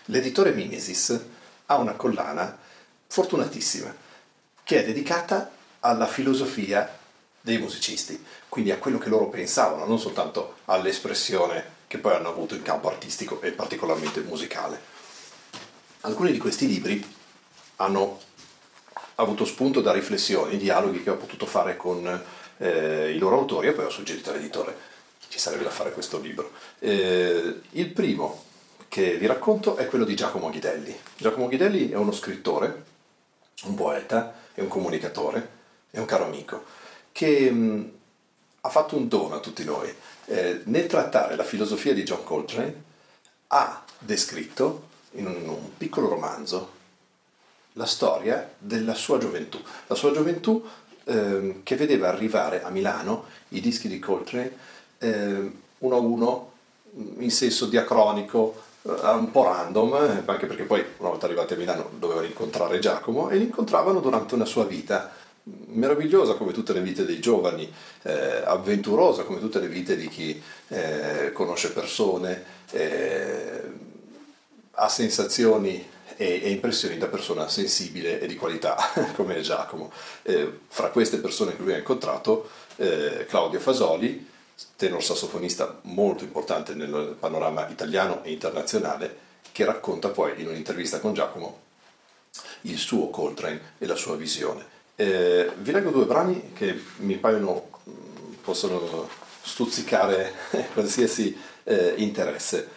L'editore Mimesis ha una collana fortunatissima che è dedicata alla filosofia dei musicisti, quindi a quello che loro pensavano, non soltanto all'espressione che poi hanno avuto in campo artistico e particolarmente musicale. Alcuni di questi libri hanno avuto spunto da riflessioni, dialoghi che ho potuto fare con i loro autori e poi ho suggerito all'editore: ci sarebbe da fare questo libro. Il primo che vi racconto è quello di Giacomo Ghidelli. Giacomo Ghidelli è uno scrittore, un poeta, è un comunicatore, è un caro amico, che ha fatto un dono a tutti noi. Nel trattare la filosofia di John Coltrane ha descritto in un piccolo romanzo la storia della sua gioventù. La sua gioventù che vedeva arrivare a Milano i dischi di Coltrane uno a uno, in senso diacronico, un po' random, anche perché poi una volta arrivati a Milano dovevano incontrare Giacomo e li incontravano durante una sua vita meravigliosa come tutte le vite dei giovani, avventurosa come tutte le vite di chi conosce persone, ha sensazioni e impressioni da persona sensibile e di qualità come Giacomo. Fra queste persone che lui ha incontrato, Claudio Fasoli, tenor sassofonista molto importante nel panorama italiano e internazionale, che racconta poi in un'intervista con Giacomo il suo Coltrane e la sua visione. Vi leggo due brani che mi paiono possono stuzzicare qualsiasi interesse.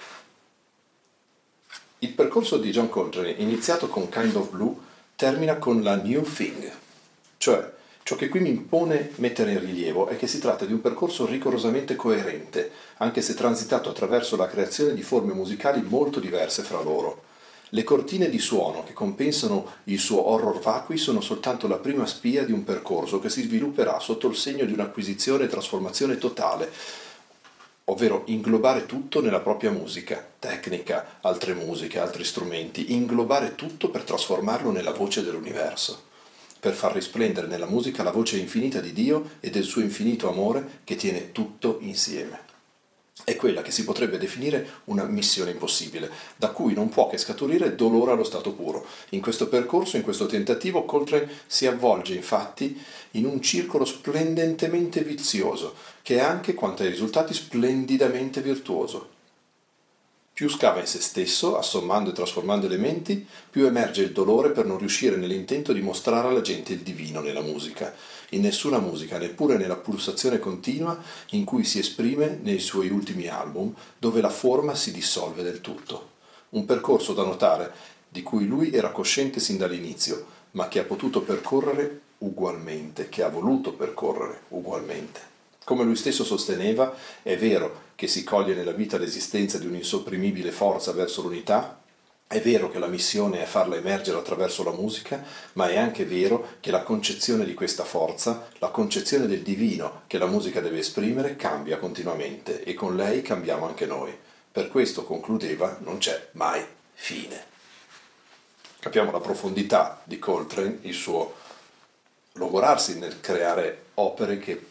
Il percorso di John Coltrane, iniziato con Kind of Blue, termina con la New Thing, cioè ciò che qui mi impone mettere in rilievo è che si tratta di un percorso rigorosamente coerente, anche se transitato attraverso la creazione di forme musicali molto diverse fra loro. Le cortine di suono che compensano il suo horror vacui sono soltanto la prima spia di un percorso che si svilupperà sotto il segno di un'acquisizione e trasformazione totale, ovvero inglobare tutto nella propria musica, tecnica, altre musiche, altri strumenti, inglobare tutto per trasformarlo nella voce dell'universo, per far risplendere nella musica la voce infinita di Dio e del suo infinito amore che tiene tutto insieme. È quella che si potrebbe definire una missione impossibile, da cui non può che scaturire dolore allo stato puro. In questo percorso, in questo tentativo, Coltrane si avvolge infatti in un circolo splendentemente vizioso, che è anche, quanto ai risultati, splendidamente virtuoso. Più scava in se stesso, assommando e trasformando elementi, più emerge il dolore per non riuscire nell'intento di mostrare alla gente il divino nella musica. In nessuna musica, neppure nella pulsazione continua in cui si esprime nei suoi ultimi album, dove la forma si dissolve del tutto. Un percorso da notare, di cui lui era cosciente sin dall'inizio, ma che ha potuto percorrere ugualmente, che ha voluto percorrere ugualmente. Come lui stesso sosteneva, è vero che si coglie nella vita l'esistenza di un'insopprimibile forza verso l'unità, è vero che la missione è farla emergere attraverso la musica, ma è anche vero che la concezione di questa forza, la concezione del divino che la musica deve esprimere, cambia continuamente e con lei cambiamo anche noi. Per questo, concludeva, non c'è mai fine. Capiamo la profondità di Coltrane, il suo logorarsi nel creare opere che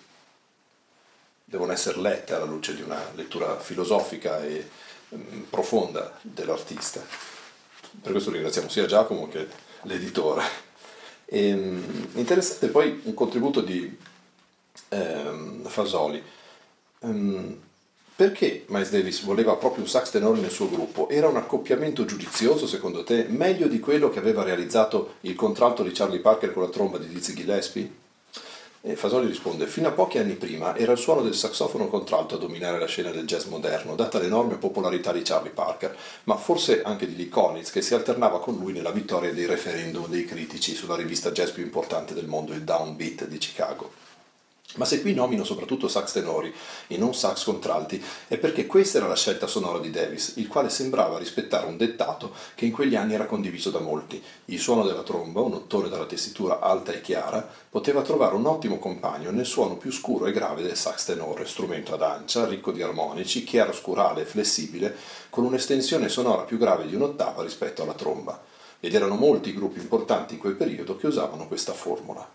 devono essere lette alla luce di una lettura filosofica e profonda dell'artista. Per questo ringraziamo sia Giacomo che l'editore. Interessante poi un contributo di Fasoli. Perché Miles Davis voleva proprio un sax tenore nel suo gruppo? Era un accoppiamento giudizioso, secondo te, meglio di quello che aveva realizzato il contralto di Charlie Parker con la tromba di Dizzy Gillespie? E Fasoli risponde: fino a pochi anni prima era il suono del saxofono contralto a dominare la scena del jazz moderno, data l'enorme popolarità di Charlie Parker, ma forse anche di Lee Konitz, che si alternava con lui nella vittoria dei referendum dei critici sulla rivista jazz più importante del mondo, il Downbeat di Chicago. Ma se qui nomino soprattutto sax tenori e non sax contralti è perché questa era la scelta sonora di Davis, il quale sembrava rispettare un dettato che in quegli anni era condiviso da molti. Il suono della tromba, un ottone dalla tessitura alta e chiara, poteva trovare un ottimo compagno nel suono più scuro e grave del sax tenore, strumento ad ancia, ricco di armonici, chiaroscurale e flessibile, con un'estensione sonora più grave di un'ottava rispetto alla tromba. Ed erano molti i gruppi importanti in quel periodo che usavano questa formula.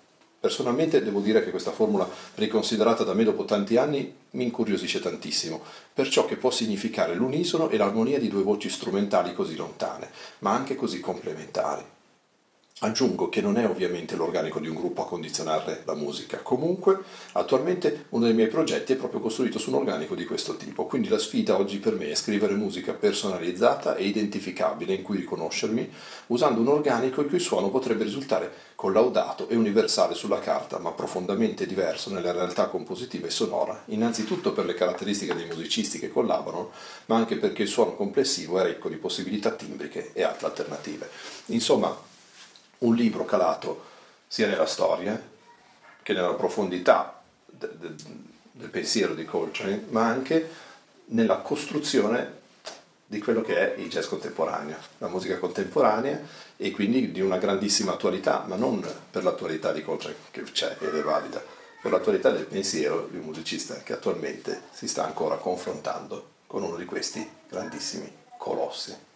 Personalmente devo dire che questa formula, riconsiderata da me dopo tanti anni, mi incuriosisce tantissimo, per ciò che può significare l'unisono e l'armonia di due voci strumentali così lontane, ma anche così complementari. Aggiungo che non è ovviamente l'organico di un gruppo a condizionare la musica. Comunque, attualmente uno dei miei progetti è proprio costruito su un organico di questo tipo, quindi la sfida oggi per me è scrivere musica personalizzata e identificabile in cui riconoscermi, usando un organico il cui suono potrebbe risultare collaudato e universale sulla carta, ma profondamente diverso nella realtà compositiva e sonora, innanzitutto per le caratteristiche dei musicisti che collaborano, ma anche perché il suono complessivo è ricco di possibilità timbriche e altre alternative. Insomma, un libro calato sia nella storia che nella profondità del pensiero di Coltrane, ma anche nella costruzione di quello che è il jazz contemporaneo, la musica contemporanea, e quindi di una grandissima attualità, ma non per l'attualità di Coltrane, che c'è ed è valida, per l'attualità del pensiero di un musicista che attualmente si sta ancora confrontando con uno di questi grandissimi colossi.